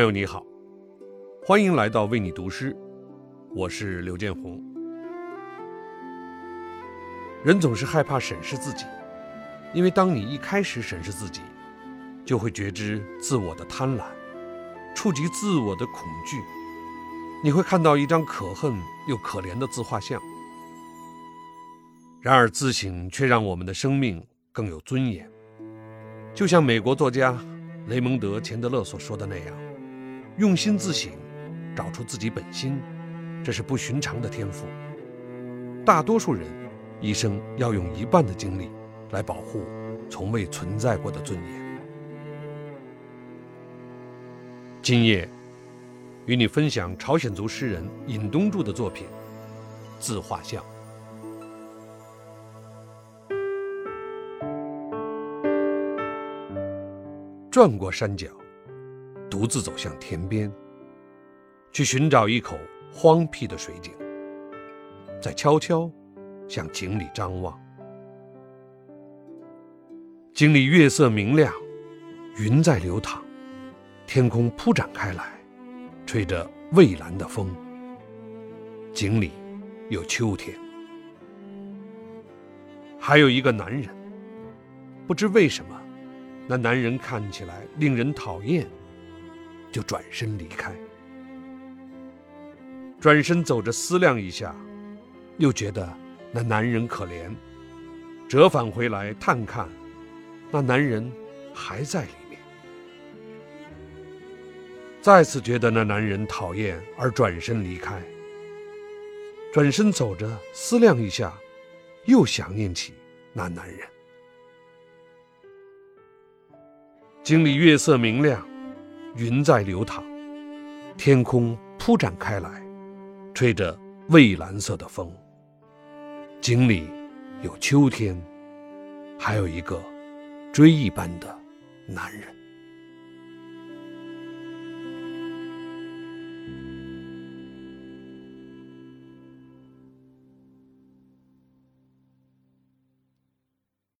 友你好，欢迎来到为你读诗，我是刘建宏。人总是害怕审视自己，因为当你一开始审视自己，就会觉知自我的贪婪，触及自我的恐惧，你会看到一张可恨又可怜的自画像。然而自省却让我们的生命更有尊严，就像美国作家雷蒙德·钱德勒所说的那样，用心自省，找出自己本心，这是不寻常的天赋。大多数人一生要用一半的精力来保护从未存在过的尊严。今夜与你分享朝鲜族诗人尹东柱的作品《自画像》。转过山脚，独自走向田边，去寻找一口荒僻的水井，再悄悄向井里张望。井里月色明亮，云在流淌，天空铺展开来，吹着蔚蓝的风。井里有秋天。还有一个男人，不知为什么那男人看起来令人讨厌，就转身离开。转身走着思量一下，又觉得那男人可怜，折返回来探看，那男人还在里面。再次觉得那男人讨厌而转身离开。转身走着思量一下，又想念起那男人。井里月色明亮，云在流淌，天空铺展开来，吹着蔚蓝色的风。井里有秋天，还有一个追忆般的男人。